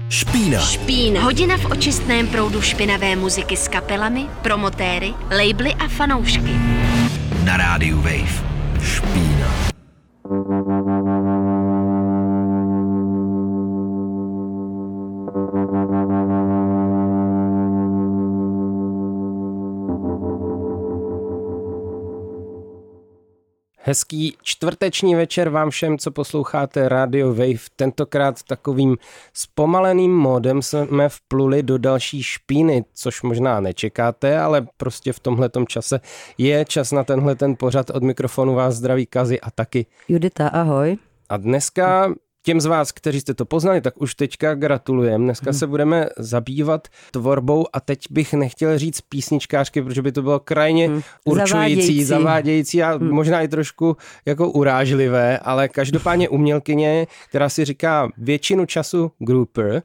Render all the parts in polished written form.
Špína. Špína. Hodina v očistném proudu špinavé muziky s kapelami, promotéry, labely a fanoušky. Na rádiu Wave. Špína. Hezký čtvrteční večer vám všem, co posloucháte Radio Wave. Tentokrát takovým zpomaleným módem jsme vpluli do další špíny, což možná nečekáte, ale prostě v tomhletom čase je čas na tenhle ten pořad. Od mikrofonu vás zdraví Kazi a taky Judita, ahoj. A dneska těm z vás, kteří jste to poznali, tak už teďka gratulujem. Dneska se budeme zabývat tvorbou a teď bych nechtěl říct písničkářky, protože by to bylo krajně určující, zavádějící a možná i trošku jako urážlivé, ale každopádně umělkyně, která si říká většinu času grouper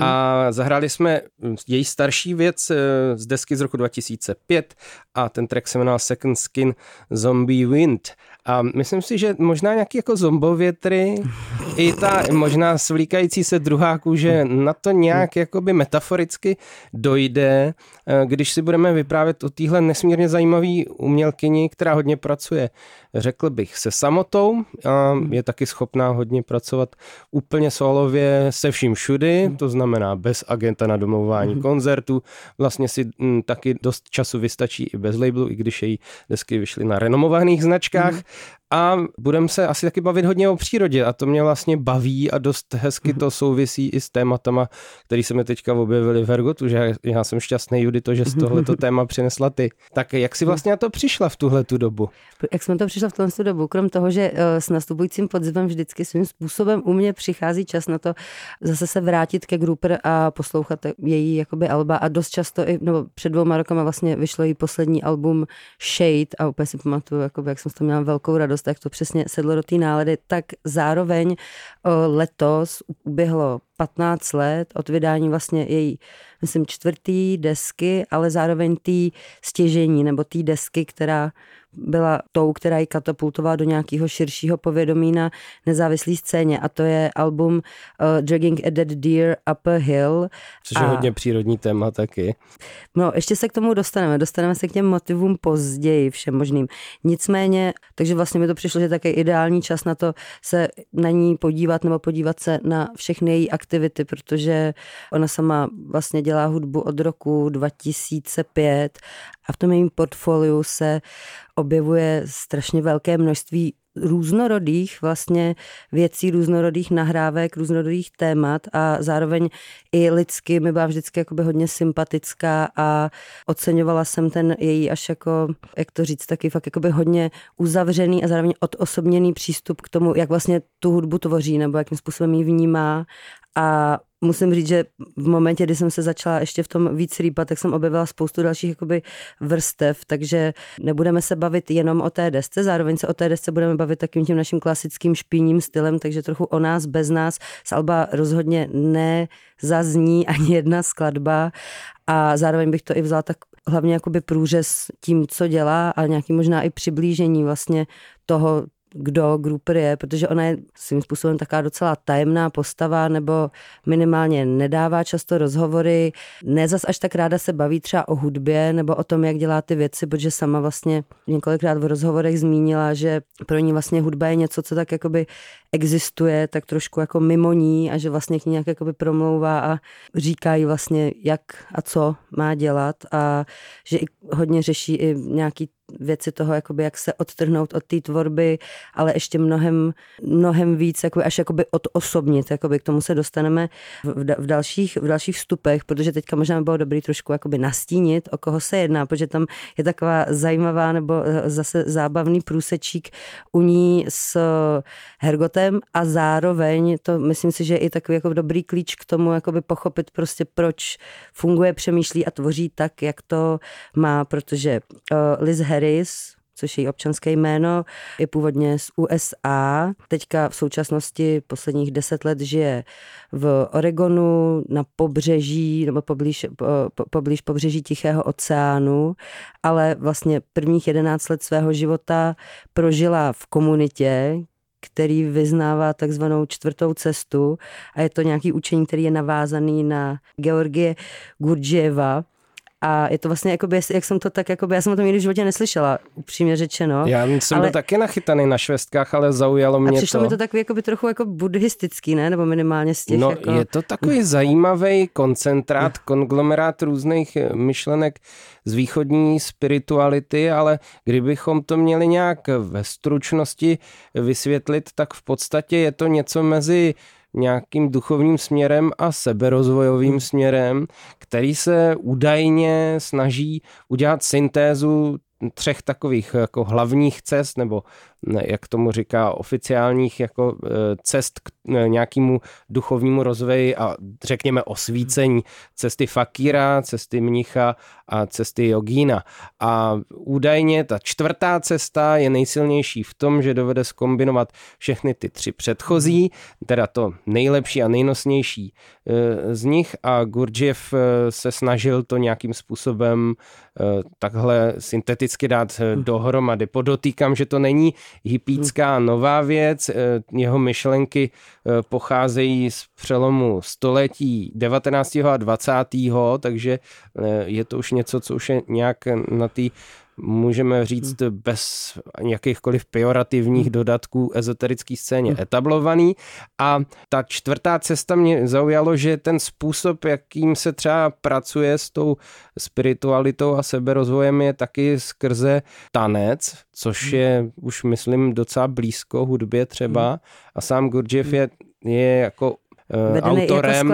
a zahráli jsme její starší věc z desky z roku 2005 a ten track se jmenoval Second Skin Zombie Wind. A myslím si, že možná nějaký jako zombovětry, i ta možná svlíkající se druhá kůže na to nějak jakoby metaforicky dojde, když si budeme vyprávět o téhle nesmírně zajímavé umělkyni, která hodně pracuje, řekl bych, se samotou a je taky schopná hodně pracovat úplně solově se vším všudy, to znamená bez agenta na domlouvání koncertů, vlastně si taky dost času vystačí i bez labelu, i když její desky vyšly na renomovaných značkách. A budeme se asi taky bavit hodně o přírodě a to mě vlastně baví a dost hezky to souvisí i s tématama, které se mi teďka objevily v Hergotu, že já jsem šťastný, Judito, že jsi tohleto téma přinesla ty. Tak jak jsi vlastně na to přišla v tuhletu dobu? Jak jsme to přišla v tuhletu dobu? Krom toho, že s nastupujícím podzimem vždycky svým způsobem u mě přichází čas na to zase se vrátit ke Grouper a poslouchat její jakoby alba a dost často, nebo před 2 rokama vlastně vyšlo její poslední album Shade a úplně si pamatuju, jakoby, jak jsem s tom měla velkou radost, tak to přesně sedlo do té nálady, tak zároveň letos uběhlo 15 let od vydání vlastně její, myslím, 4. desky, ale zároveň té stěžení nebo té desky, která byla tou, která ji katapultovala do nějakého širšího povědomí na nezávislé scéně a to je album Dragging a Dead Deer Up a Hill. Což je hodně přírodní téma taky. No, ještě se k tomu dostaneme se k těm motivům později všem možným. Nicméně, takže vlastně mi to přišlo, že taky ideální čas na to se na ní podívat nebo podívat se na všechny její aktivity, protože ona sama vlastně dělá hudbu od roku 2005 a v tom jejím portfoliu se objevuje strašně velké množství různorodých vlastně věcí, různorodých nahrávek, různorodých témat a zároveň i lidsky mi byla vždycky jakoby hodně sympatická a oceňovala jsem ten její až jako, jak to říct, taky fakt jakoby hodně uzavřený a zároveň odosobněný přístup k tomu, jak vlastně tu hudbu tvoří nebo jakým způsobem ji vnímá a musím říct, že v momentě, kdy jsem se začala ještě v tom víc rýpat, tak jsem objevila spoustu dalších jakoby vrstev, takže nebudeme se bavit jenom o té desce, zároveň se o té desce budeme bavit takým tím naším klasickým špíním stylem, takže trochu o nás, bez nás. Z alba rozhodně nezazní ani jedna skladba a zároveň bych to i vzala tak hlavně jakoby průřez tím, co dělá a nějaký možná i přiblížení vlastně toho, kdo Grouper je, protože ona je svým způsobem taková docela tajemná postava, nebo minimálně nedává často rozhovory, ne zas až tak ráda se baví třeba o hudbě, nebo o tom, jak dělá ty věci, protože sama vlastně několikrát v rozhovorech zmínila, že pro ní vlastně hudba je něco, co tak jakoby existuje, tak trošku jako mimo ní a že vlastně k ní nějak jakoby promlouvá a říká jí vlastně, jak a co má dělat a že i hodně řeší i nějaký věci toho, jakoby, jak se odtrhnout od té tvorby, ale ještě mnohem víc, jakoby, až jakoby odosobnit, jakoby, k tomu se dostaneme v dalších vstupech, protože teďka možná by bylo dobrý trošku jakoby nastínit, o koho se jedná, protože tam je taková zajímavá nebo zase zábavný průsečík u ní s Hergotem a zároveň to myslím si, že je i takový jako dobrý klíč k tomu jakoby pochopit prostě, proč funguje, přemýšlí a tvoří tak, jak to má, protože Liz Harris, což je její občanské jméno, je původně z USA. Teďka v současnosti posledních 10 let žije v Oregonu na pobřeží, nebo poblíž pobřeží Tichého oceánu, ale vlastně prvních 11 let svého života prožila v komunitě, který vyznává takzvanou čtvrtou cestu a je to nějaký učení, který je navázaný na Georgie Gurdjieva. A je to vlastně, jakoby, jak jsem to tak, jakoby, já jsem o tom nikdy v životě neslyšela, upřímně řečeno. Já jsem byl taky nachytaný na švestkách, ale zaujalo mě to. A přišlo mi to takový jakoby trochu jako buddhistický, ne? Nebo minimálně z těch jako... je to takový zajímavý koncentrát, konglomerát různých myšlenek z východní spirituality, ale kdybychom to měli nějak ve stručnosti vysvětlit, tak v podstatě je to něco mezi nějakým duchovním směrem a seberozvojovým směrem, který se údajně snaží udělat syntézu 3 takových jako hlavních cest, nebo jak tomu říká oficiálních jako cest k nějakému duchovnímu rozvoji a řekněme osvícení, cesty fakíra, cesty mnicha a cesty jogína. A údajně ta 4. cesta je nejsilnější v tom, že dovede zkombinovat všechny ty 3 předchozí, teda to nejlepší a nejnosnější z nich, a Gurdjiev se snažil to nějakým způsobem takhle synteticky dát dohromady. Podotýkám, že to není hippícká nová věc, jeho myšlenky pocházejí z přelomu století 19. a 20. takže je to už něco, co už je nějak na té, můžeme říct, bez jakýchkoliv pejorativních dodatků ezoterické scéně etablovaný. A ta 4. cesta mě zaujalo, že ten způsob, jakým se třeba pracuje s tou spiritualitou a seberozvojem, je taky skrze tanec, což je už myslím docela blízko hudbě třeba. A sám Gurdjiev je jako autorem,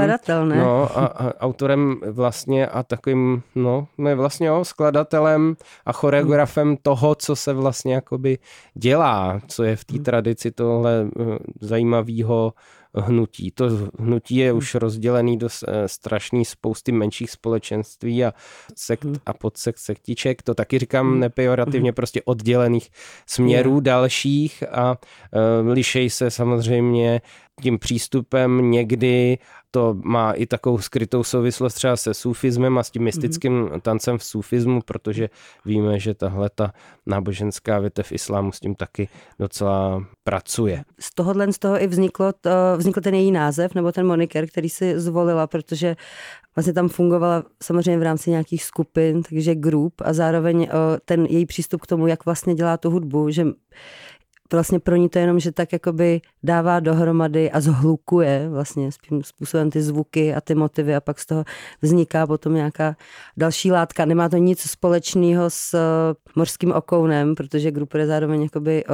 autorem vlastně a takovým, vlastně skladatelem a choreografem toho, co se vlastně jakoby dělá, co je v té tradici tohle zajímavého hnutí. To hnutí je už rozdělený do strašný spousty menších společenství a sekt a podsekt sektiček. To taky říkám nepejorativně, prostě oddělených směrů dalších a lišej se samozřejmě tím přístupem. Někdy to má i takovou skrytou souvislost třeba se sufismem a s tím mystickým tancem v sufismu, protože víme, že tahle ta náboženská větev islámu s tím taky docela pracuje. Z toho i vznikl ten její název, nebo ten moniker, který si zvolila, protože vlastně tam fungovala samozřejmě v rámci nějakých skupin, takže group, a zároveň ten její přístup k tomu, jak vlastně dělá tu hudbu, že vlastně pro ní to jenom, že tak jakoby dává dohromady a zhlukuje vlastně způsobem ty zvuky a ty motivy a pak z toho vzniká potom nějaká další látka. Nemá to nic společného s mořským okounem, protože Grouper je zároveň jakoby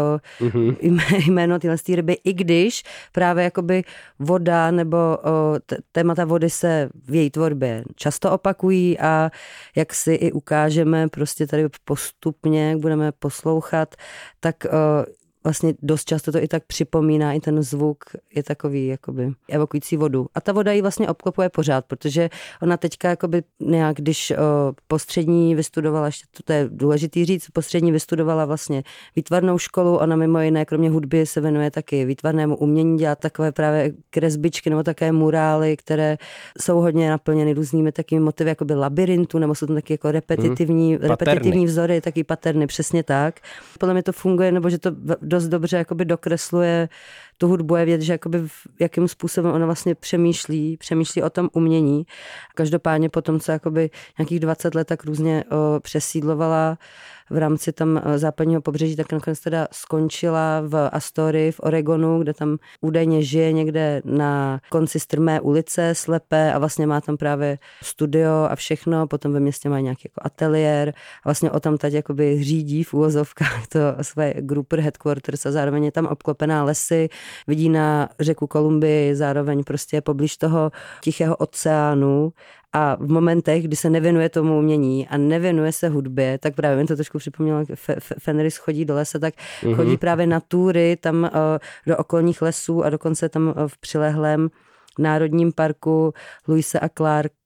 jméno tyhle ryby, i když právě jakoby voda nebo témata vody se v její tvorbě často opakují a jak si i ukážeme prostě tady postupně, jak budeme poslouchat, tak vlastně dost často to i tak připomíná, i ten zvuk je takový jakoby evokující vodu. A ta voda ji vlastně obklopuje pořád, protože ona teďka jakoby nějak, když postřední vystudovala, ještě to je důležitý říct, postřední vystudovala vlastně výtvarnou školu, ona mimo jiné, kromě hudby se věnuje taky výtvarnému umění, dělá takové právě kresbičky nebo také murály, které jsou hodně naplněny různými takými motivy, jakoby labirintu, nebo jsou tam taky jako repetitivní vzory, taky paterny, přesně tak. Podle mě to funguje, nebo že to dost dobře jakoby dokresluje tu hudbu, je vědět, že jakoby jakým způsobem ona vlastně přemýšlí o tom umění. Každopádně potom, co jakoby nějakých 20 let tak různě přesídlovala v rámci tam západního pobřeží, tak nakonec teda skončila v Astorii v Oregonu, kde tam údajně žije někde na konci strmé ulice, slepé, a vlastně má tam právě studio a všechno, potom ve městě má nějaký jako ateliér a vlastně o tam teď jakoby řídí v úvozovkách to své Grouper Headquarters a zároveň je tam obklopená lesy, vidí na řeku Kolumbii, zároveň prostě poblíž toho Tichého oceánu. A v momentech, kdy se nevěnuje tomu umění a nevěnuje se hudbě, tak právě mi to trošku připomnělo, jak Fenris chodí do lesa, tak chodí právě na túry tam do okolních lesů a dokonce tam v přilehlém národním parku Lewise a Clark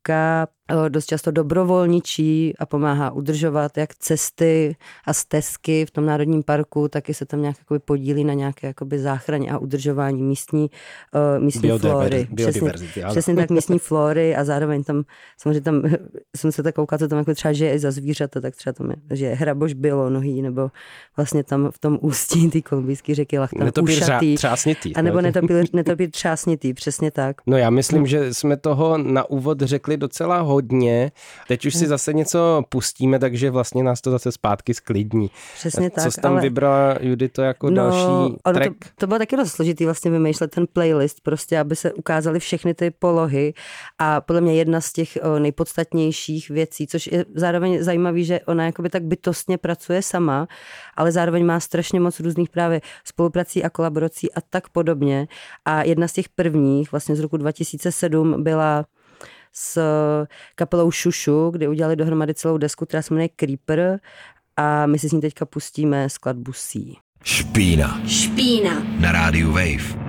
Šipka dost často dobrovolničí a pomáhá udržovat jak cesty a stezky v tom národním parku, taky se tam nějak podílí na nějaké jakoby záchraně a udržování místní flóry. Přesně tak, místní flóry a zároveň tam, samozřejmě tam jsem se tak koukala, co tam jako třeba žije i za zvířata, tak třeba tam je hraboš bělonohý, nebo vlastně tam v tom ústí ty kolumbijské řeky Lachtan ušatý. Třásnitý. A nebo netopír třásnitý, přesně tak. No já myslím, že jsme toho na úvod řekli docela hodně. Teď už si zase něco pustíme, takže vlastně nás to zase zpátky sklidní. Přesně tak. Co jsi tam vybrala, Judito, jako další track? To bylo taky dost složitý vlastně vymýšlet ten playlist, prostě, aby se ukázaly všechny ty polohy a podle mě jedna z těch nejpodstatnějších věcí, což je zároveň zajímavý, že ona jakoby tak bytostně pracuje sama, ale zároveň má strašně moc různých právě spoluprací a kolaborací a tak podobně. A jedna z těch prvních, vlastně z roku 2007, byla s kapelou Šušu, kde udělali dohromady celou desku, která se jmenuje Creeper, a my si s ní teďka pustíme skladbu C. Špína na rádiu Wave.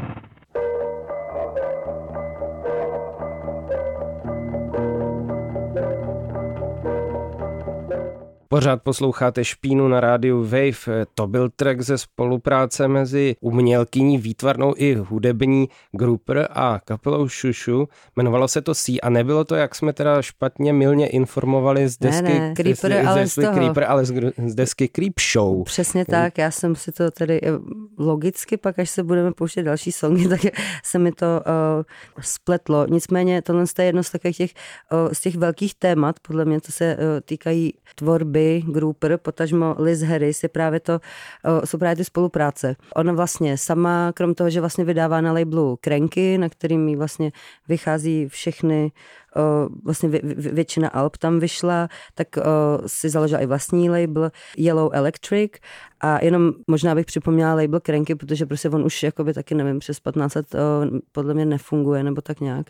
Pořád posloucháte Špínu na rádiu Wave. To byl track ze spolupráce mezi umělkyní, výtvarnou i hudební Grouper a kapelou Šušu. Jmenovalo se to C a nebylo to, jak jsme teda špatně mylně informovali z desky Creeper, ale z desky Creep Show. Přesně tak, já jsem si to tedy logicky, pak až se budeme pouštět další songy, tak se mi to spletlo. Nicméně tohle je jedno z takových z těch velkých témat, podle mě to se týkají tvorby Grouper, potažmo Liz Harris, je právě to, jsou právě ty spolupráce. Ona vlastně sama, krom toho, že vlastně vydává na labelu Cranky, na kterým jí vlastně vychází všechny, vlastně většina alb tam vyšla, tak si založila i vlastní label Yellow Electric a jenom možná bych připomněla label Cranky, protože prostě on už jakoby taky nevím, přes 15 let podle mě nefunguje, nebo tak nějak.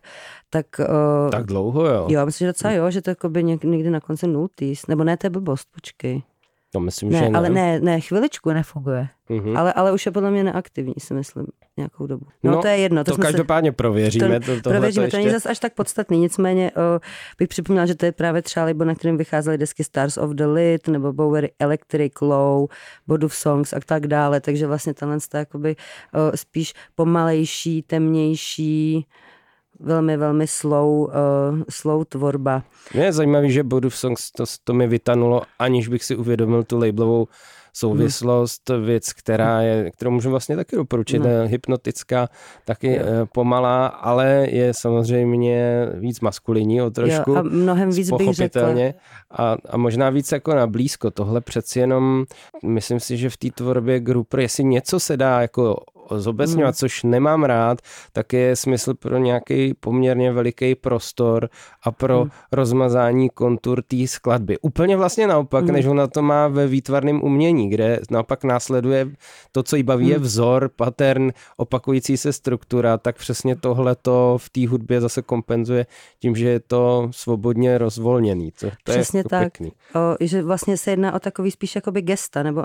Tak dlouho, jo? Jo, myslím, že docela jo, že to jakoby někdy na konci nultý, nebo ne, to je blbost, počkej. To myslím, ne, že ne. Ale ne, chviličku nefunguje. Mm-hmm. Ale už je podle mě neaktivní, si myslím, nějakou dobu. No to je jedno. To každopádně prověříme. Prověříme, to není zase až tak podstatný. Nicméně bych připomněla, že to je právě třeba label, na kterém vycházely desky Stars of the Lid, nebo Bowery Electric, Low, Body of Songs a tak dále. Takže vlastně tenhle je jakoby spíš pomalejší, temnější, velmi, velmi slow tvorba. Je zajímavý, že Body of Songs to mi vytanulo, aniž bych si uvědomil tu labelovou souvislost, věc, kterou můžu vlastně taky doporučit, hypnotická, taky pomalá, ale je samozřejmě víc maskulinní o trošku. Jo, a mnohem víc bych řekla. A možná víc jako na blízko. Tohle přeci jenom, myslím si, že v té tvorbě Grouper, jestli něco se dá jako zobecňovat, což nemám rád, tak je smysl pro nějaký poměrně veliký prostor a pro rozmazání kontur té skladby. Úplně vlastně naopak, než ona to má ve výtvarném umění, kde naopak následuje to, co jí baví, je vzor, pattern, opakující se struktura, tak přesně tohleto v té hudbě zase kompenzuje tím, že je to svobodně rozvolněný. To přesně je jako tak. Pěkný. Že vlastně se jedná o takový spíš jakoby gesta, nebo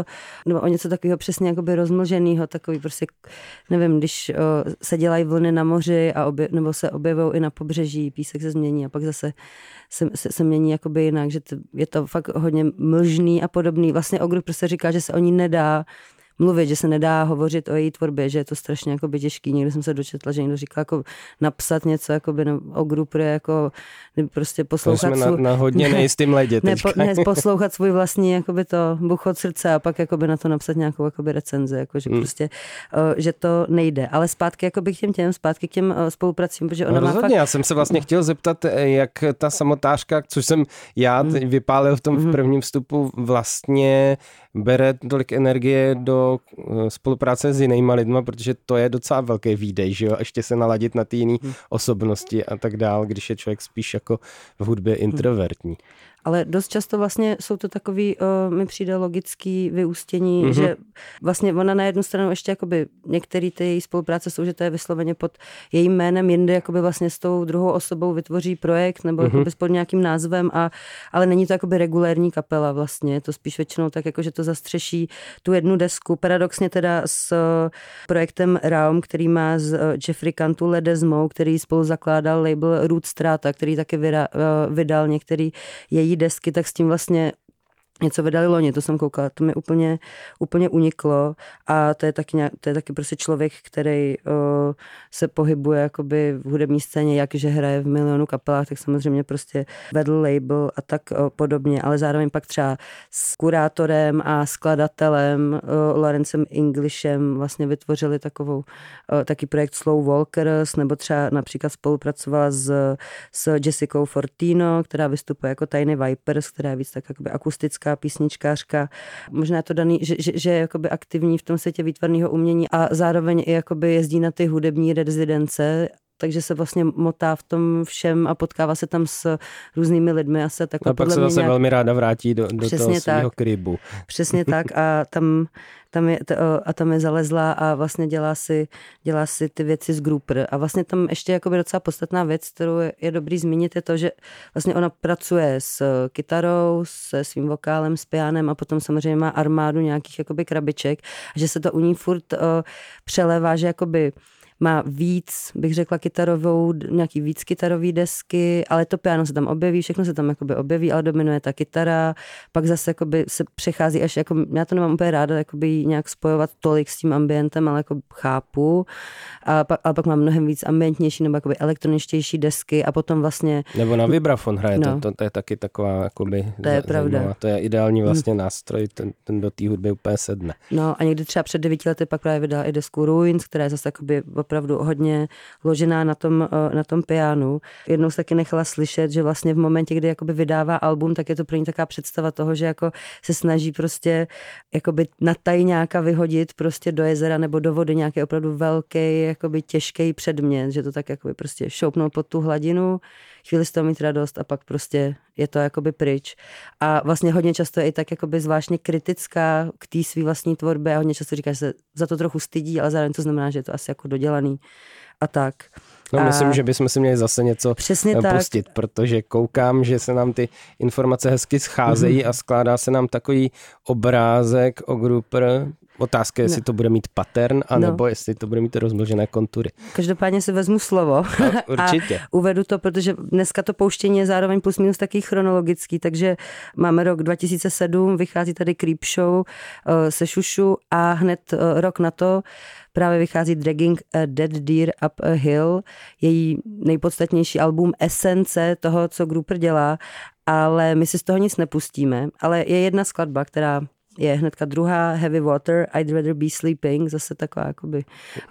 o něco takového přesně jakoby rozmlženého, takový prostě, nevím, když se dělají vlny na moři nebo se objevují i na pobřeží, písek se změní a pak zase se mění jakoby jinak, že je to fakt hodně mlžný a podobný. Vlastně o Grouper se říká, že se o ní nedá mluvit, že se nedá hovořit o její tvorbě, že je to strašně jakoby těžký. Někdy jsem se dočetla, že někdo říká jako napsat něco jakoby o Grouper, jako prostě poslouchat. To jsme na hodně nejistým ledě teďka. Poslouchat svůj vlastní jakoby to buchot srdce a pak jakoby na to napsat nějakou jakoby recenzi, jako, že prostě, že to nejde. Ale zpátky jakoby zpátky k těm spolupracím, protože ona má fakt... Já jsem se vlastně chtěl zeptat, jak ta samotářka, což jsem já vypálil v tom v prvním vstupu, vlastně bere tolik energie do spolupráce s jinýma lidma, protože to je docela velký výdej, že jo, ještě se naladit na ty jiné osobnosti a tak dál, když je člověk spíš jako v hudbě introvertní. Ale dost často vlastně jsou to takový, mi přijde logický vyústění, že vlastně ona na jednu stranu ještě jakoby některé ty její spolupráce jsou, že to je vysloveně pod jejím jménem, jinde jakoby vlastně s tou druhou osobou vytvoří projekt nebo jakoby pod nějakým názvem, ale není to jakoby regulérní kapela vlastně, je to spíš většinou tak, jako že to zastřeší tu jednu desku. Paradoxně teda s projektem Raum, který má z Jeffrey Cantu Ledesmou, který spolu zakládal label Root Strata, který taky vydal některé její desky, tak s tím vlastně něco vydali loni, to jsem koukala, to mi úplně uniklo a to je taky prostě člověk, který se pohybuje jakoby v hudební scéně, jakže hraje v milionu kapelách, tak samozřejmě prostě vedl label a tak podobně, ale zároveň pak třeba s kurátorem a skladatelem Lawrencem Englishem vlastně vytvořili taky projekt Slow Walkers, nebo třeba například spolupracovala s Jessicou Fortino, která vystupuje jako Tiny Vipers, která je víc tak jakoby akustická písničkářka. Možná je to daný, že je jakoby aktivní v tom světě výtvarného umění a zároveň i jakoby jezdí na ty hudební rezidence, takže se vlastně motá v tom všem a potkává se tam s různými lidmi. A pak se zase velmi ráda vrátí do toho svého krybu. Přesně tak a tam je zalezla a vlastně dělá si ty věci z Grouper. A vlastně tam ještě jakoby docela podstatná věc, kterou je dobrý zmínit, je to, že vlastně ona pracuje s kytarou, se svým vokálem, s pianem a potom samozřejmě má armádu nějakých jakoby krabiček. A že se to u ní furt přelévá, že jakoby má víc, bych řekla, nějaký víc kytarový desky, ale to piano se tam objeví, všechno se tam jakoby objeví, ale dominuje ta kytara, pak zase jakoby se přechází až, jako, já to nemám úplně ráda, jakoby nějak spojovat tolik s tím ambientem, ale jako chápu. A pak má mnohem víc ambientnější nebo jakoby elektroničtější desky a potom vlastně... Nebo na vibrafon hraje, to je taky taková jakoby... To je pravda. To je ideální vlastně nástroj, ten do té hudby úplně sedne. No a někdy třeba před 9 lety pak právě vydala i desku Ruins, která je zase jakoby opravdu hodně ložená na tom pianu. Jednou se taky nechala slyšet, že vlastně v momentě, kdy jakoby vydává album, tak je to pro ní taková představa toho, že jako se snaží prostě jakoby na tajňáka vyhodit prostě do jezera nebo do vody nějaký opravdu velký, jakoby těžký předmět, že to tak jakoby prostě šoupnou pod tu hladinu, chvíli z toho mít radost a pak prostě je to jakoby pryč. A vlastně hodně často je i tak jakoby zvláštně kritická k té svý vlastní tvorbě a hodně často říká, že se za to trochu stydí, ale zároveň to znamená, že je to asi jako dodělaný a tak. No myslím, že bychom si měli zase něco pustit, protože koukám, že se nám ty informace hezky scházejí a skládá se nám takový obrázek o Grouper. Otázka je, jestli to bude mít pattern, anebo jestli to bude mít rozmnožené kontury. Každopádně si vezmu slovo určitě. A uvedu to, protože dneska to pouštění je zároveň plus minus taky chronologický, takže máme rok 2007, vychází tady Creepshow se Šušu a hned rok na to právě vychází Dragging a Dead Deer Up a Hill, její nejpodstatnější album, esence toho, co Grouper dělá, ale my si z toho nic nepustíme, ale je jedna skladba, která je hnedka druhá, Heavy Water, I'd Rather Be Sleeping, zase taková jakoby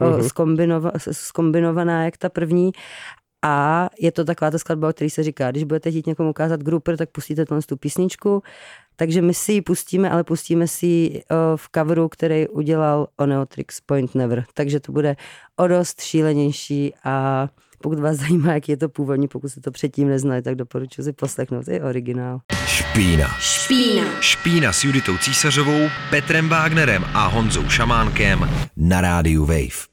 zkombinovaná jak ta první. A je to taková ta skladba, o který se říká, když budete chtít někomu ukázat Grouper, tak pustíte tu písničku. Takže my si ji pustíme, ale pustíme si ji v coveru, který udělal Oneotrix Point Never. Takže to bude o dost šílenější a pokud vás zajímá, jaký je to původní, pokud jste to předtím neznali, tak doporučuji si poslechnout i originál. Špína s Juditou Císařovou, Petrem Wagnerem a Honzou Šamánkem na rádiu Wave.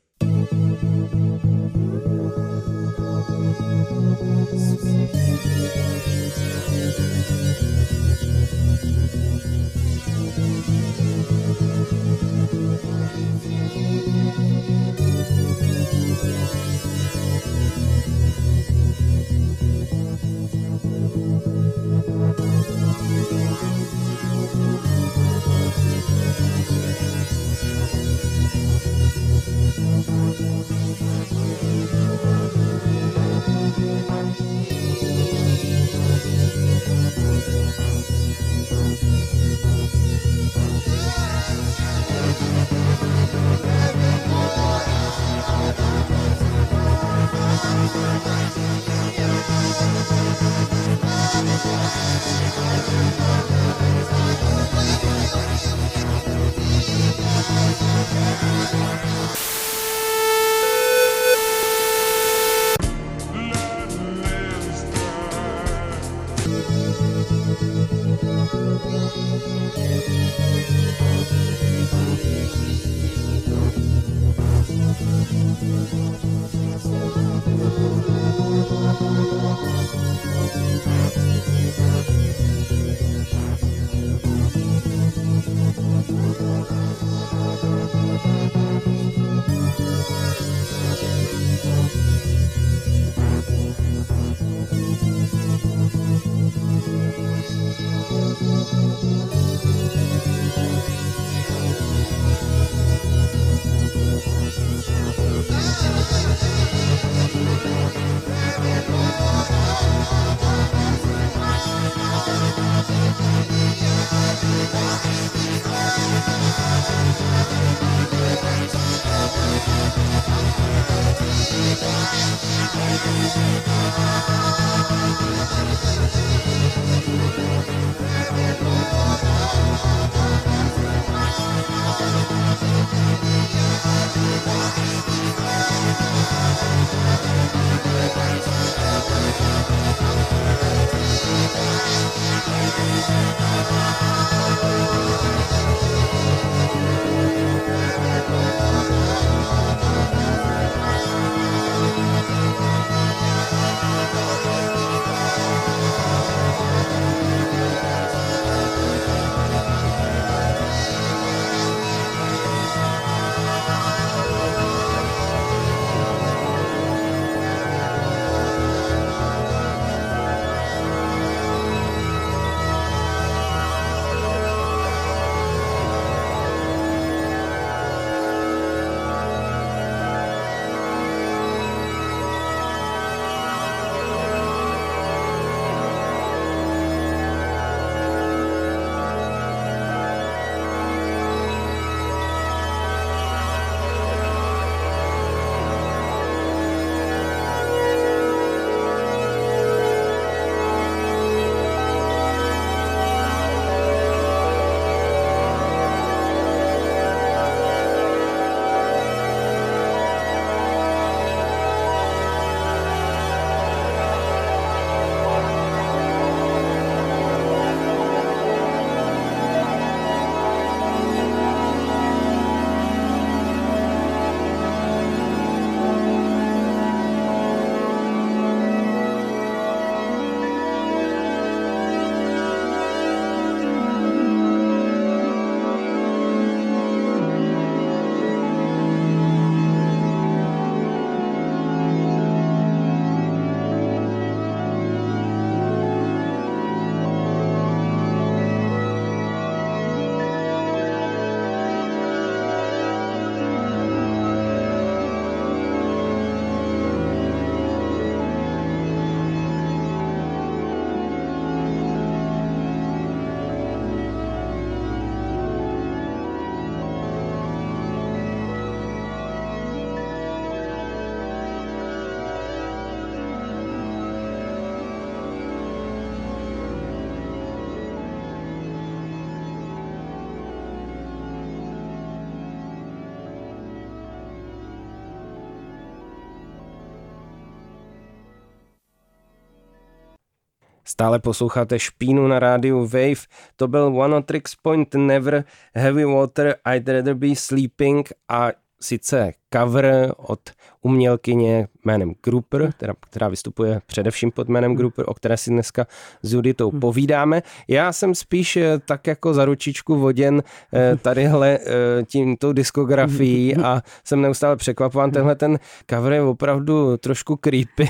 Stále posloucháte Špínu na rádiu Wave. To byl One Tricks Point Never, Heavy Water, I'd Rather Be Sleeping a sice cover od umělkyně jménem Grouper, která vystupuje především pod jménem Grouper, o které si dneska s Juditou povídáme. Já jsem spíš tak jako za ručičku voděn tadyhle tímto diskografií a jsem neustále překvapován. Tenhle ten cover je opravdu trošku creepy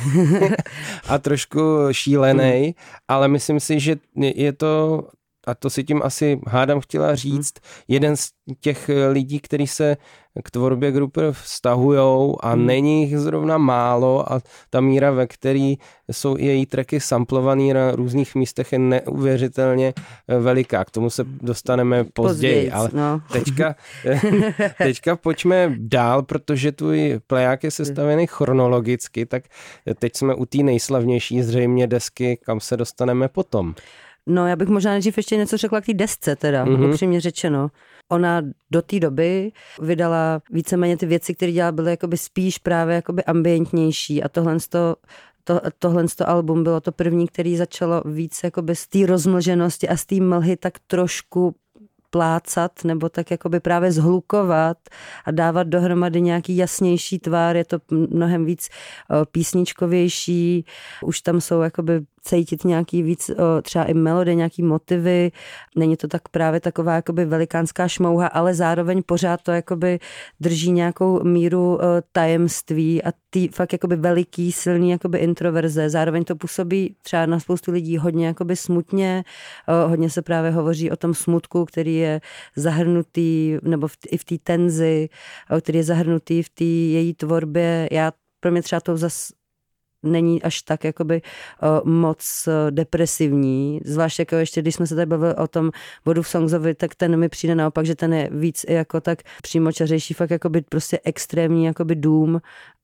a trošku šílený, ale myslím si, že je to, a to si tím asi hádám chtěla říct, jeden z těch lidí, kteří se k tvorbě Grouper vztahujou a není jich zrovna málo a ta míra, ve který jsou i její tracky samplovaný na různých místech, je neuvěřitelně veliká. K tomu se dostaneme později, ale teďka pojďme dál, protože tvůj pleják je sestavený chronologicky, tak teď jsme u té nejslavnější zřejmě desky, kam se dostaneme potom. No, já bych možná nejdřív ještě něco řekla k té desce teda, upřímně řečeno. Ona do té doby vydala víceméně ty věci, které dělala, byly jakoby spíš právě jakoby ambientnější a tohle tohle album bylo to první, který začalo víc jakoby z té rozmlženosti a z té mlhy tak trošku plácat nebo tak jakoby právě zhlukovat a dávat dohromady nějaký jasnější tvár, je to mnohem víc písničkovější, už tam jsou jakoby cítit nějaký víc třeba i melodie, nějaký motivy, není to tak právě taková jakoby velikánská šmouha, ale zároveň pořád to jakoby drží nějakou míru tajemství a ty fakt jakoby veliký, silný jakoby introverze, zároveň to působí třeba na spoustu lidí hodně jakoby smutně, hodně se právě hovoří o tom smutku, který je zahrnutý, nebo i v té tenzi, který je zahrnutý v té její tvorbě. Pro mě třeba to zas není až tak jakoby moc depresivní, zvlášť jako ještě, když jsme se tady bavili o tom Bodu v Songsovi, tak ten mi přijde naopak, že ten je víc jako tak přímočařejší, fakt jakoby prostě extrémní jakoby dům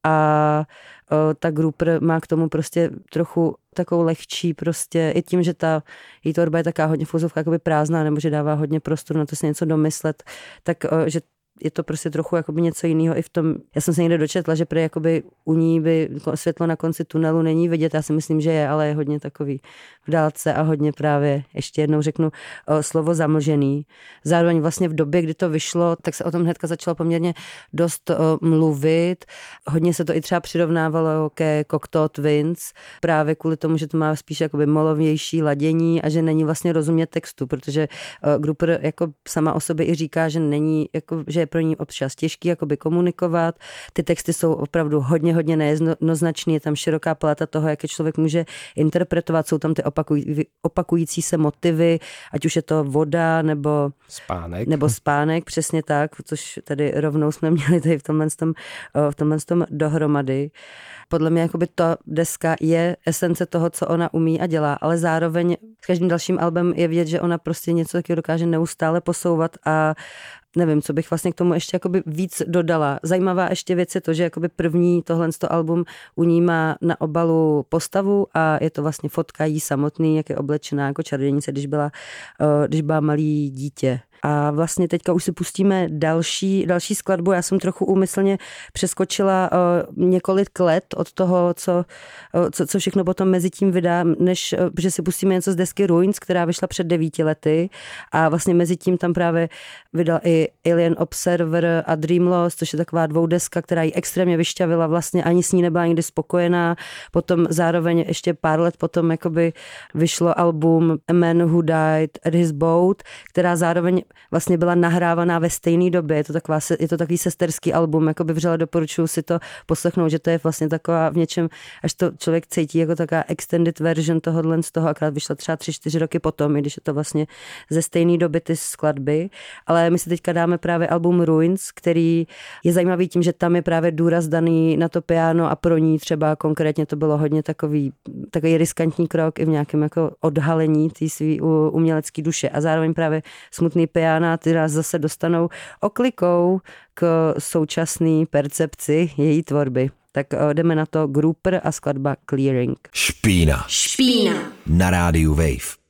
a ta Grouper má k tomu prostě trochu takovou lehčí prostě, i tím, že ta její tvorba je taká hodně v úzovkách jakoby prázdná, nebo že dává hodně prostoru na to si něco domyslet, tak že je to prostě trochu jakoby něco jiného i v tom, já jsem se někde dočetla, že prý jakoby u ní by světlo na konci tunelu není vidět, já si myslím, že je, ale je hodně takový v dálce a hodně právě, ještě jednou řeknu, slovo zamlžený. Zároveň vlastně v době, kdy to vyšlo, tak se o tom hnedka začalo poměrně dost mluvit. Hodně se to i třeba přirovnávalo ke Cocteau Twins, právě kvůli tomu, že to má spíš jakoby molovější ladění a že není vlastně rozumět textu, protože Grouper jako sama o sobě i říká, že není, jako, že je pro ní občas těžký jakoby komunikovat. Ty texty jsou opravdu hodně nejednoznačný, je tam široká paleta toho, jak je člověk může interpretovat, jsou tam ty opakující se motivy, ať už je to voda nebo spánek, přesně tak, což tady rovnou jsme měli tady v tomhle dohromady. Podle mě jakoby ta deska je esence toho, co ona umí a dělá, ale zároveň s každým dalším albem je vidět, že ona prostě něco taky dokáže neustále posouvat a nevím, co bych vlastně k tomu ještě jakoby víc dodala. Zajímavá ještě věc je to, že jakoby první tohle album u ní má na obalu postavu a je to vlastně fotka jí samotný, jak je oblečená jako čarodějnice, když byla malý dítě. A vlastně teďka už si pustíme další skladbu. Já jsem trochu úmyslně přeskočila několik let od toho, co všechno potom mezi tím vydá, že si pustíme něco z desky Ruins, která vyšla před 9 lety a vlastně mezi tím tam právě vydal i Alien Observer a Dream Lost, což je taková dvoudeska, která ji extrémně vyšťavila, vlastně ani s ní nebyla nikdy spokojená. Potom zároveň ještě pár let potom jakoby vyšlo album A Man Who Died at His Boat, která zároveň vlastně byla nahrávaná ve stejné době. Je to takový sesterský album, jakoby vřele doporučuji si to poslechnout, že to je vlastně taková v něčem, až to člověk cítí jako taková extended version tohohle z toho, akorát vyšla třeba 3-4 roky potom, i když je to vlastně ze stejné doby ty skladby. Ale my si teďka dáme právě album Ruins, který je zajímavý tím, že tam je právě důraz daný na to piano a pro ní třeba konkrétně to bylo hodně takový riskantní krok i v nějakém jako odhalení té svý umělecké duše a zároveň právě smutný piano, ty nás zase dostanou oklikou k současné percepci její tvorby. Tak jdeme na to, Grouper a skladba Clearing. Špína. Na rádiu Wave.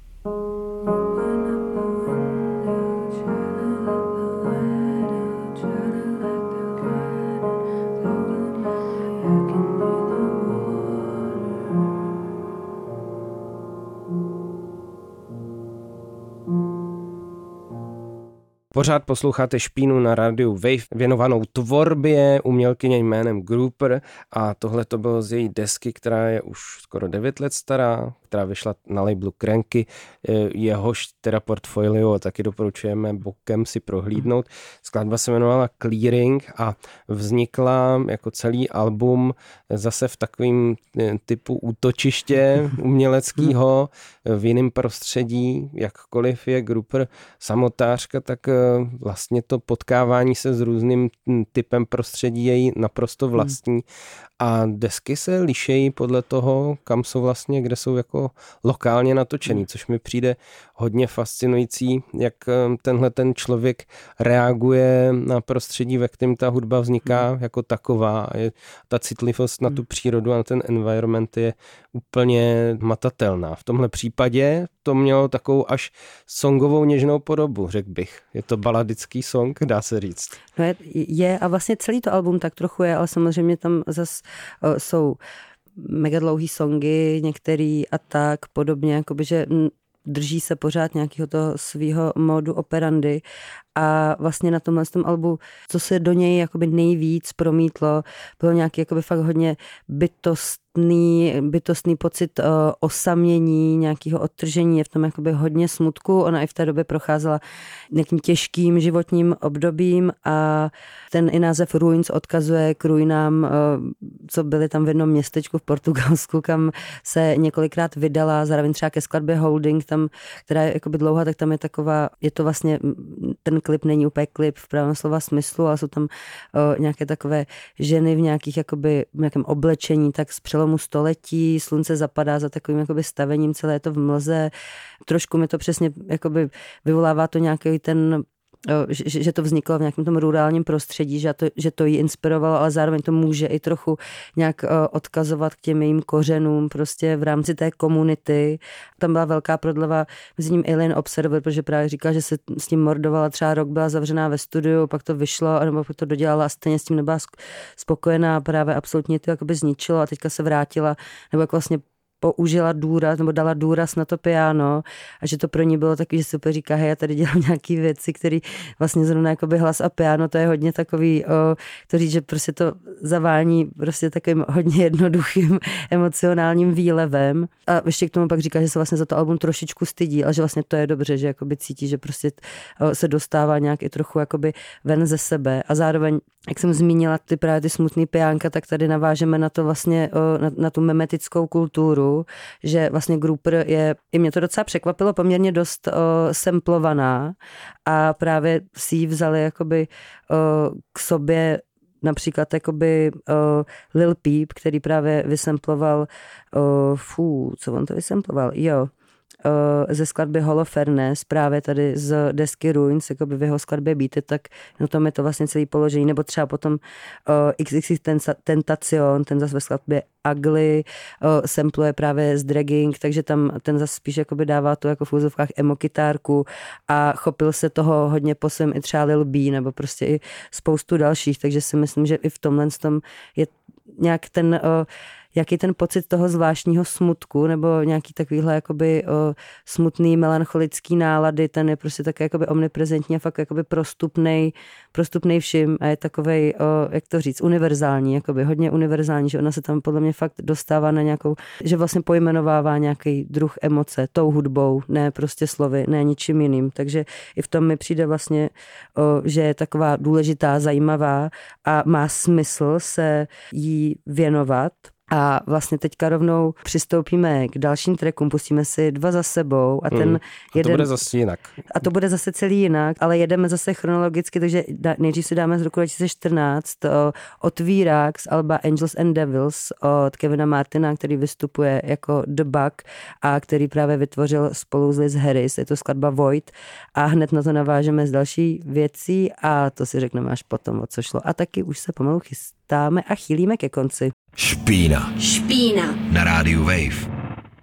Pořád posloucháte Špínu na rádiu Wave, věnovanou tvorbě umělkyně jménem Grouper a tohle to bylo z její desky, která je už skoro 9 let stará, která vyšla na labelu Cranky, jehož teda portfolio taky doporučujeme bokem si prohlídnout. Skladba se jmenovala Clearing a vznikla jako celý album zase v takovým typu útočiště uměleckého v jiném prostředí, jakkoliv je Grouper samotářka, tak vlastně to potkávání se s různým typem prostředí je jí naprosto vlastní a desky se lišejí podle toho, kam jsou vlastně, kde jsou jako lokálně natočený, což mi přijde hodně fascinující, jak tenhle ten člověk reaguje na prostředí, ve kterém ta hudba vzniká jako taková. Ta citlivost na tu přírodu a na ten environment je úplně matatelná. V tomhle případě to mělo takovou až songovou něžnou podobu, řekl bych. Je to baladický song, dá se říct. No je a vlastně celý to album tak trochu je, ale samozřejmě tam zase jsou mega dlouhý songy některý a tak podobně, jakoby, že drží se pořád nějakého toho svýho modu operandy a vlastně na tomhle albu, co se do něj jakoby nejvíc promítlo, bylo nějaký jakoby fakt hodně bytostný pocit osamění, nějakého odtržení, je v tom jakoby hodně smutku, ona i v té době procházela nějakým těžkým životním obdobím a ten i název Ruins odkazuje k ruinám, co byly tam v jednom městečku v Portugalsku, kam se několikrát vydala, zároveň třeba ke skladbě Holding, tam, která je jakoby dlouhá, tak tam je taková, je to vlastně, ten klip není úplně klip v pravém slova smyslu, ale jsou tam nějaké takové ženy v nějakých jakoby, v nějakém oblečení, tak z přelomu století, slunce zapadá za takovým jakoby stavením, celé je to v mlze. Trošku mi to přesně jakoby vyvolává to nějaký ten, že to vzniklo v nějakém tom rurálním prostředí, že to jí inspirovalo, ale zároveň to může i trochu nějak odkazovat k těm jejím kořenům prostě v rámci té komunity. Tam byla velká prodleva mezi ním Alien Observer, protože právě říkala, že se s tím mordovala, třeba rok byla zavřená ve studiu, pak to vyšlo, nebo pak to dodělala a stejně s tím nebyla spokojená, právě absolutně to jakoby zničilo a teďka se vrátila, nebo jak vlastně použila důraz, nebo dala důraz na to piano a že to pro ní bylo takový, že si úplně říká, hej, já tady dělám nějaký věci, které vlastně zrovna jakoby hlas a piano, to je hodně takový, to říct, že prostě to zavání prostě takovým hodně jednoduchým emocionálním výlevem a ještě k tomu pak říká, že se vlastně za to album trošičku stydí, ale že vlastně to je dobře, že jakoby cítí, že prostě se dostává nějak i trochu jakoby ven ze sebe a zároveň, jak jsem zmínila právě ty smutný piánka, tak tady navážeme na to vlastně, na tu memetickou kulturu, že vlastně Grouper je, i mě to docela překvapilo, poměrně dost samplovaná a právě si ji vzali jakoby k sobě například jakoby Lil Peep, který právě vysamploval, co on to vysamploval? Ze skladby Holofernes, právě tady z desky Ruins, jakoby v jeho skladbě Beat It, tak no tam je to vlastně celý položení, nebo třeba potom XXX Tentacion, ten zase ve skladbě Ugly, sampluje právě z Dragging, takže tam ten zase spíš jakoby dává tu jako v úzovkách emo-kytárku a chopil se toho hodně po svém i třeba Lil B, nebo prostě i spoustu dalších, takže si myslím, že i v tomhle tom je nějak ten jaký ten pocit toho zvláštního smutku nebo nějaký takovýhle jakoby smutný melancholický nálady, ten je prostě také jakoby omniprezentní a fakt jakoby prostupnej všim a je takovej, jak to říct, univerzální, jakoby hodně univerzální, že ona se tam podle mě fakt dostává na nějakou, že vlastně pojmenovává nějaký druh emoce tou hudbou, ne prostě slovy, ne ničím jiným, takže i v tom mi přijde vlastně, že je taková důležitá, zajímavá a má smysl se jí věnovat. A vlastně teďka rovnou přistoupíme k dalším trackům, pustíme si 2 za sebou a ten jeden... to bude zase jinak. A to bude zase celý jinak, ale jedeme zase chronologicky, takže nejdřív si dáme z roku 2014 otvírák z alba Angels and Devils od Kevina Martina, který vystupuje jako The Bug a který právě vytvořil spolu s Liz Harris, je to skladba Void a hned na to navážeme z další věcí a to si řekneme až potom, o co šlo. A taky už se pomalu chystáme a chýlíme ke konci. Špína. Špína. Na rádiu Wave.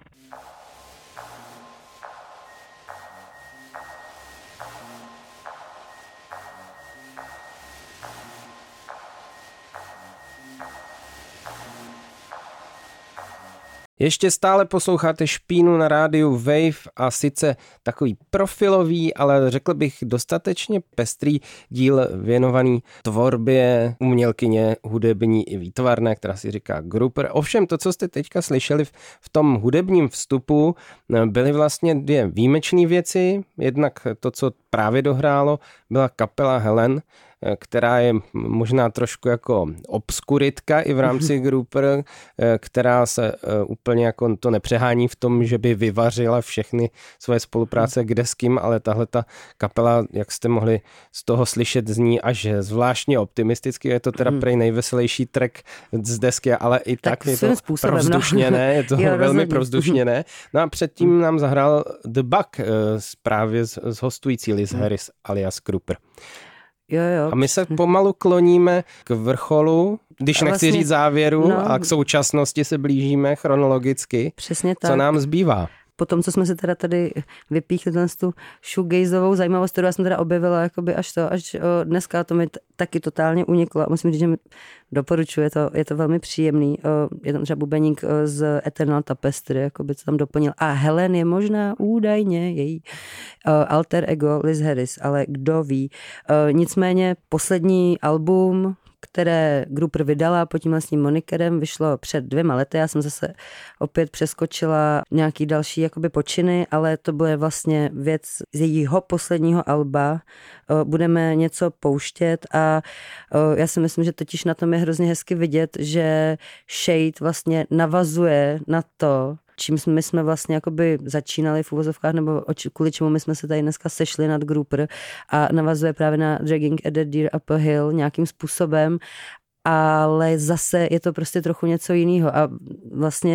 Ještě stále posloucháte Špínu na rádiu Wave a sice takový profilový, ale řekl bych dostatečně pestrý díl věnovaný tvorbě umělkyně hudební i výtvarné, která si říká Grouper. Ovšem to, co jste teďka slyšeli v tom hudebním vstupu, byly vlastně 2 výjimečné věci. Jednak to, co právě dohrálo, byla kapela Helen, která je možná trošku jako obskuritka i v rámci Grouper, která se úplně jako to nepřehání v tom, že by vyvařila všechny svoje spolupráce kde s kým, ale tahle ta kapela, jak jste mohli z toho slyšet, zní až zvláštně optimisticky. Je to teda prej nejveselější track z desky, ale i tak je to provzdušněné, je to velmi provzdušněné. No a předtím nám zahrál The Bug právě s hostující Liz Harris alias Grouper. Jo. A my se pomalu kloníme k vrcholu, když nechci říct závěru, a k současnosti se blížíme chronologicky. Přesně tak. Co nám zbývá? Po tom, co jsme si teda tady vypíchli tu shoegazovou zajímavost, kterou já jsem teda objevila jakoby až dneska, to mi taky totálně uniklo. Musím říct, že mi doporučuji, je to velmi příjemný. Je tam třeba bubeník z Eternal Tapestry, jakoby, co tam doplnil. A Helen je možná údajně její alter ego Liz Harris, ale kdo ví. Nicméně poslední album, které Grouper vydala pod tím vlastním monikerem, vyšlo před 2 lety. Já jsem zase opět přeskočila nějaký další jakoby počiny, ale to bude vlastně věc z jejího posledního alba. Budeme něco pouštět a já si myslím, že totiž na tom je hrozně hezky vidět, že Shade vlastně navazuje na to, čím my jsme vlastně jakoby začínali v uvozovkách, nebo kvůli čemu my jsme se tady dneska sešli nad Grouper a navazuje právě na Dragging at the Deer Up a Hill nějakým způsobem, ale zase je to prostě trochu něco jiného a vlastně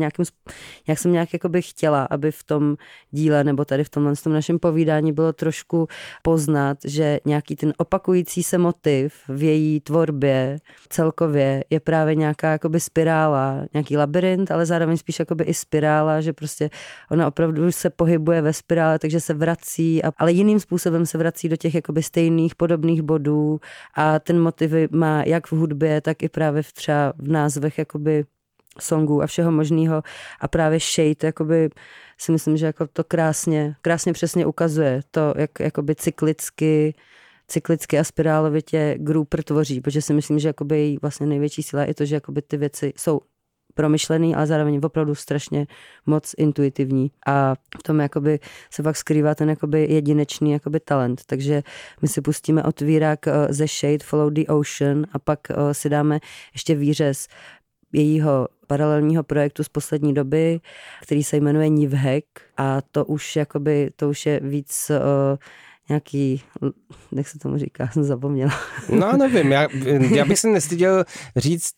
jak jsem nějak jakoby chtěla, aby v tom díle nebo tady v tom našem povídání bylo trošku poznat, že nějaký ten opakující se motiv v její tvorbě celkově je právě nějaká jakoby spirála, nějaký labyrint, ale zároveň spíš jakoby i spirála, že prostě ona opravdu se pohybuje ve spirále, takže se vrací, ale jiným způsobem se vrací do těch jakoby stejných podobných bodů a ten motiv má jak v hudbě, tak i právě třeba v názvech jakoby songů a všeho možného a právě Shade jakoby si myslím, že jako to krásně přesně ukazuje to, jak jakoby cyklicky a spirálovitě Grouper tvoří, protože si myslím, že jakoby její vlastně největší síla je to, že jakoby ty věci jsou promyšlený, ale zároveň opravdu strašně moc intuitivní a v tom jakoby se pak skrývá ten jakoby jedinečný jakoby talent, takže my si pustíme otvírák ze Shade, Follow the Ocean a pak si dáme ještě výřez jejího paralelního projektu z poslední doby, který se jmenuje Nivhek a to už je víc nějaký, jak se tomu říká, jsem zapomněla. No nevím, já bych se nestyděl říct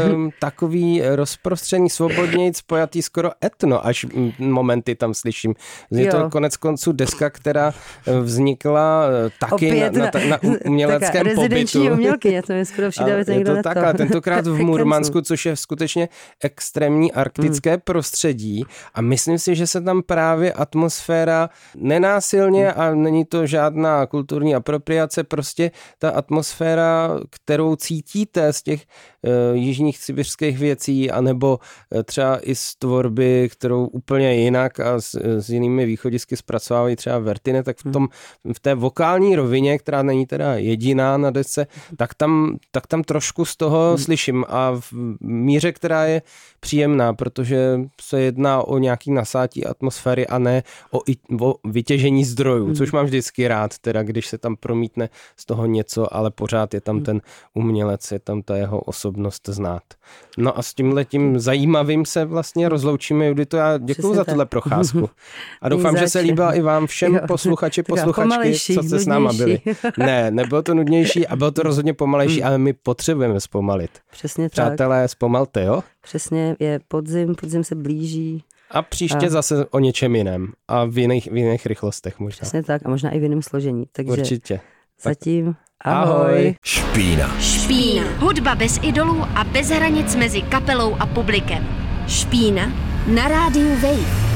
takový rozprostřený, svobodnějc, pojatý skoro etno, až momenty tam slyším. Je to konec konců deska, která vznikla taky na uměleckém pobytu. Rezidenční umělkyně, to je skoro přijde, aby to někdo je to tak, tentokrát v Murmansku, což je skutečně extrémní arktické prostředí a myslím si, že se tam právě atmosféra nenásilně a není to žádná kulturní apropriace, prostě ta atmosféra, kterou cítíte z těch jižních sibiřských věcí, anebo třeba i z tvorby, kterou úplně jinak a s jinými východisky zpracovávají třeba Vertine, tak v té vokální rovině, která není teda jediná na desce, tak tam trošku z toho slyším a v míře, která je příjemná, protože se jedná o nějaký nasátí atmosféry a ne o vytěžení zdrojů, což mám vždycky rád, teda když se tam promítne z toho něco, ale pořád je tam ten umělec, je tam ta jeho osobnost znát. No a s tímhletím zajímavým se vlastně rozloučíme, Judito, já děkuju za tuhle procházku. A doufám, že se líbila i vám všem posluchačky, co jste s náma byli. Ne, nebylo to nudnější a bylo to rozhodně pomalejší, ale my potřebujeme zpomalit. Přesně tak. Přátelé, zpomalte, jo? Přesně, je podzim se blíží. A příště zase o něčem jiném a v jiných rychlostech možná. Přesně tak a možná i v jiném složení. Takže určitě. Zatím ahoj. Špína. Hudba bez idolů a bez hranic mezi kapelou a publikem. Špína na rádiu Wave.